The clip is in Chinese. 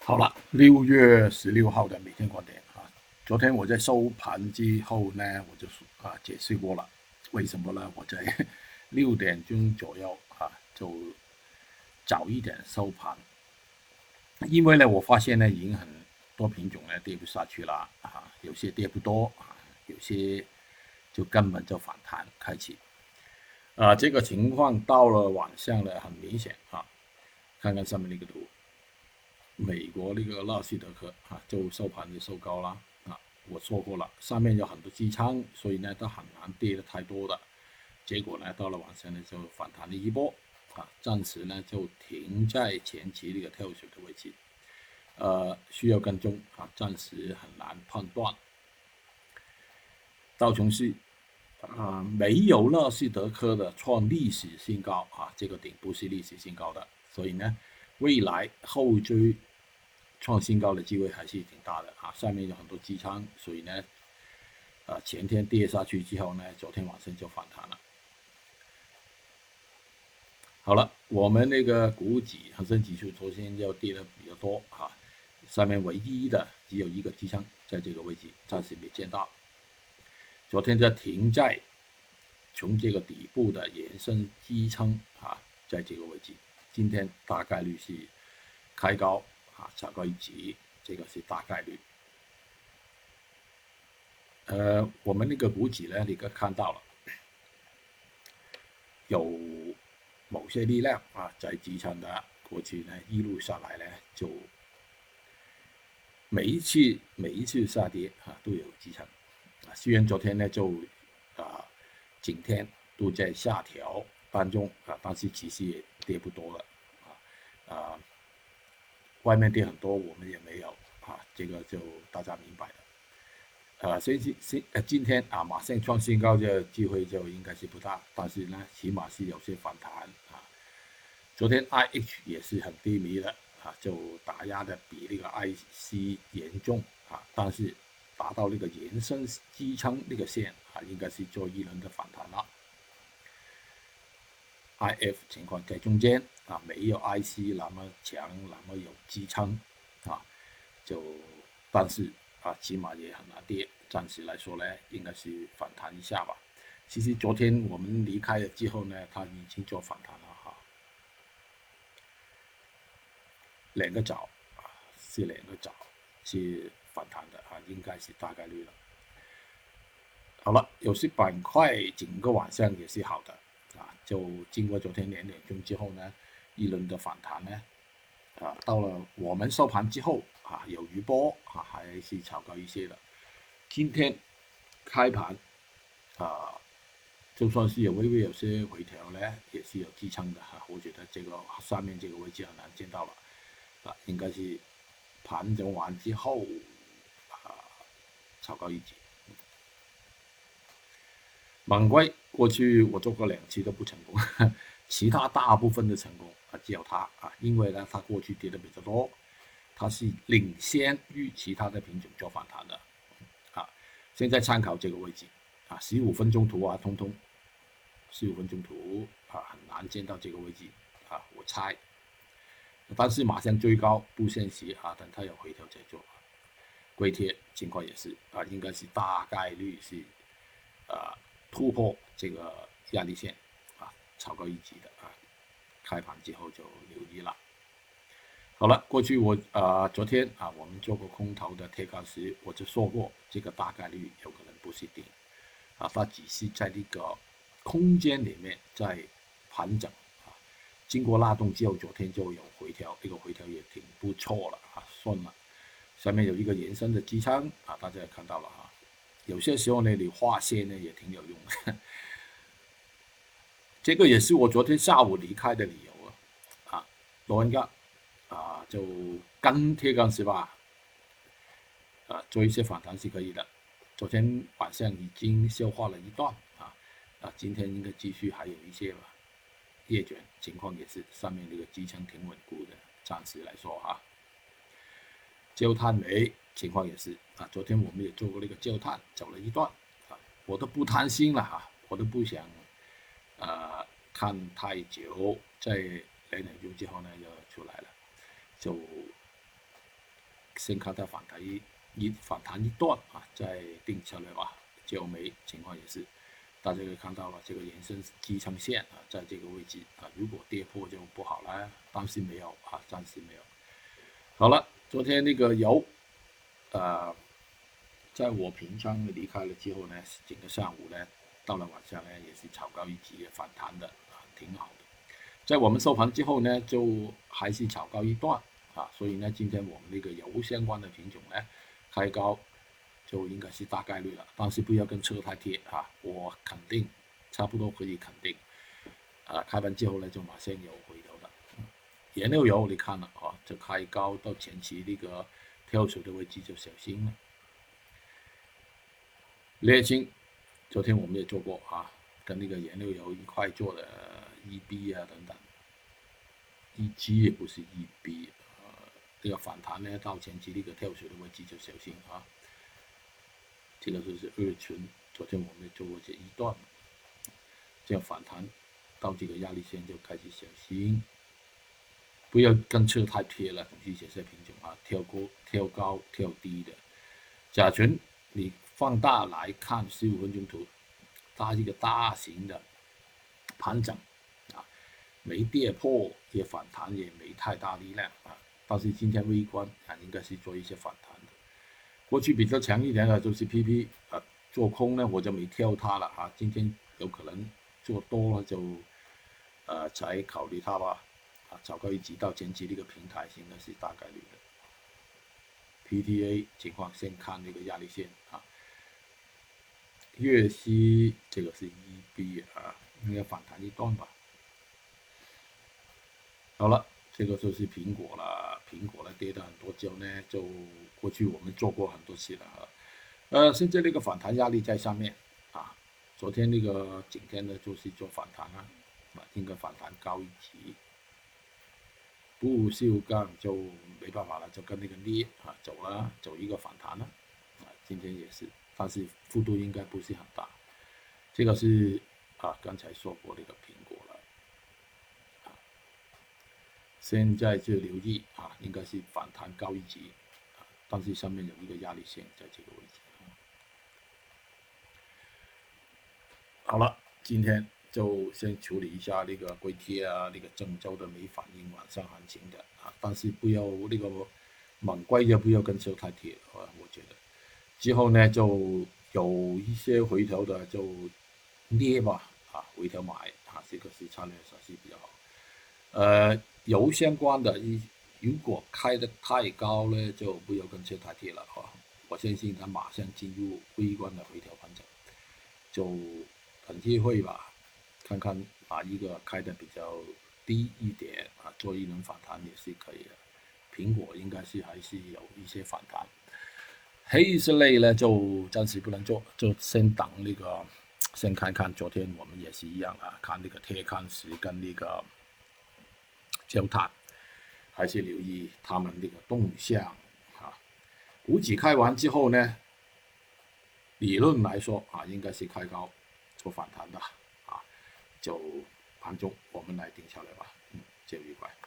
好了，6月16号的每天观点啊，昨天我在收盘之后呢，我就解释过了，为什么呢？我在6点钟左右就早一点收盘，因为呢，我发现呢，已经很多品种呢跌不下去了有些跌不多有些就根本就反弹开启这个情况到了晚上呢，很明显看看上面那个图，美国那个纳斯达克就收盘就收高了我说过了，上面有很多支撑，所以呢它很难跌得太多的。结果呢到了晚上呢就反弹了一波暂时呢就停在前期那个跳水的位置，需要跟踪暂时很难判断。道琼斯没有纳斯达克的创历史新高这个顶部是历史新高的，所以呢未来后追创新高的机会还是挺大的上面有很多支撑，所以呢前天跌下去之后呢，昨天晚上就反弹了。好了，我们那个股指恒生指数昨天就跌的比较多上面唯一的只有一个支撑，在这个位置暂时没见到。昨天就停在从这个底部的延伸支撑在这个位置，今天大概率是开高炒高一级，这个是大概率。我们那个股指呢，你可看到了有某些力量在支撑的，过去呢一路下来呢，就每一次下跌都有支撑虽然昨天呢就整天都在下调当中但是其实也跌不多了外面跌很多，我们也没有这个就大家明白的。所以今天马上创新高的机会就应该是不大，但是呢，起码是有些反弹昨天 IH 也是很低迷的就打压的比那个 IC 严重但是达到那个延伸支撑那个线应该是做一轮的反弹了。IF 情况在中间没有 IC 那么强，那么有支撑就但是起码也很难跌，暂时来说呢，应该是反弹一下吧。其实昨天我们离开了之后呢，它已经做反弹了两个早是两个早是反弹的应该是大概率了。好了，有些板块整个晚上也是好的就经过昨天2点钟之后呢，一轮的反弹呢到了我们收盘之后有余波还是炒高一些的。今天开盘就算是有微微有些回调呢，也是有支撑的我觉得这个上面这个位置很难见到了应该是盘整完之后炒高一级。猛龟过去我做过2次都不成功，其他大部分的成功只有它因为呢它过去跌的比较多，它是领先于其他的品种做反弹的现在参考这个位置15分钟图通通15分钟图很难见到这个位置我猜，但是马上追高不现实等它有回调再做。龟贴情况也是应该是大概率是突破这个压力线超高一级的开盘之后就留意了。好了，过去我昨天我们做过空头的贴高时，我就说过这个大概率有可能不是顶它只是在这个空间里面在盘整经过拉动之后，昨天就有回调，这个回调也挺不错了顺了。下面有一个延伸的支撑大家也看到了有些时候呢，你画线呢也挺有用的这个也是我昨天下午离开的理由罗恩哥就跟贴钢是吧做一些反弹是可以的。昨天晚上已经消化了一段今天应该继续还有一些吧。夜卷情况也是上面这个支撑挺稳固的，暂时来说焦炭煤情况也是昨天我们也做过那个焦炭，走了一段我都不贪心了我都不想看太久，在2点钟之后呢就出来了，就先看它反弹一段啊，再定策略吧。焦煤情况也是，大家可以看到了这个延伸支撑线啊，在这个位置啊，如果跌破就不好了，但是没有啊，暂时没有。好了，昨天那个油，在我平仓离开了之后呢，整个上午呢，到了晚上呢，也是炒高一级反弹的啊，挺好的。在我们收盘之后呢，就还是炒高一段啊，所以呢，今天我们那个油相关的品种呢，开高就应该是大概率了，但是不要跟车太贴啊，我肯定差不多可以肯定，开盘之后呢，就马上有回头的。原料油你看了啊，就开高到前期那个跳水的位置就小心了。沥青，昨天我们也做过啊，跟那个原料油一块做的EB 啊等等，EG 也不是 EB，这个反弹呢到前期那个跳水的位置就小心啊。这个就是二醇，昨天我们也做过这一段，这样反弹到这个压力线就开始小心，不要跟车太贴了，这些品种啊，跳高跳低的。甲醇你放大来看15分钟图，它是一个大型的盘整啊，没跌破也反弹也没太大力量啊，但是今天微观啊应该是做一些反弹的。过去比较强一点的就是 PP 啊，做空呢我就没挑它了啊，今天有可能做多了就才考虑它吧啊，找个一级到前期这个平台应该是大概率的。PTA 情况先看那个压力线啊，粤西这个是 EB 啊，应该反弹一段吧。好了，这个就是苹果了，苹果呢跌的很多之后呢，就过去我们做过很多次了现在那个反弹压力在上面啊，昨天那个今天呢就是做反弹啊，应该反弹高一级。不锈钢就没办法了，就跟那个镍啊走了，走一个反弹了啊，今天也是，但是幅度应该不是很大。这个是刚才说过那个苹果了啊，现在就留意啊，应该是反弹高一级啊，但是上面有一个压力线在这个位置。好了，今天就先处理一下那个硅贴啊，那个郑州的没反应晚上行情的啊，但是不要那个猛龟就不要跟车太贴啊，我觉得之后呢就有一些回头的就捏吧啊，回头买啊，这个是策略上是比较好。油相关的，如果开得太高呢，就不要跟车太贴了啊，我相信它马上进入微观的回调盘整，就等机会吧，看看哪一个开的比较低一点啊，做一轮反弹也是可以的。苹果应该是还是有一些反弹，黑色类呢就暂时不能做，就先等那个，先看看。昨天我们也是一样啊，看那个铁矿石跟那个焦炭，还是留意他们那个动向啊。股指开完之后呢，理论来说啊，应该是开高做反弹的啊，就盘中我们来定下来吧，交易愉快。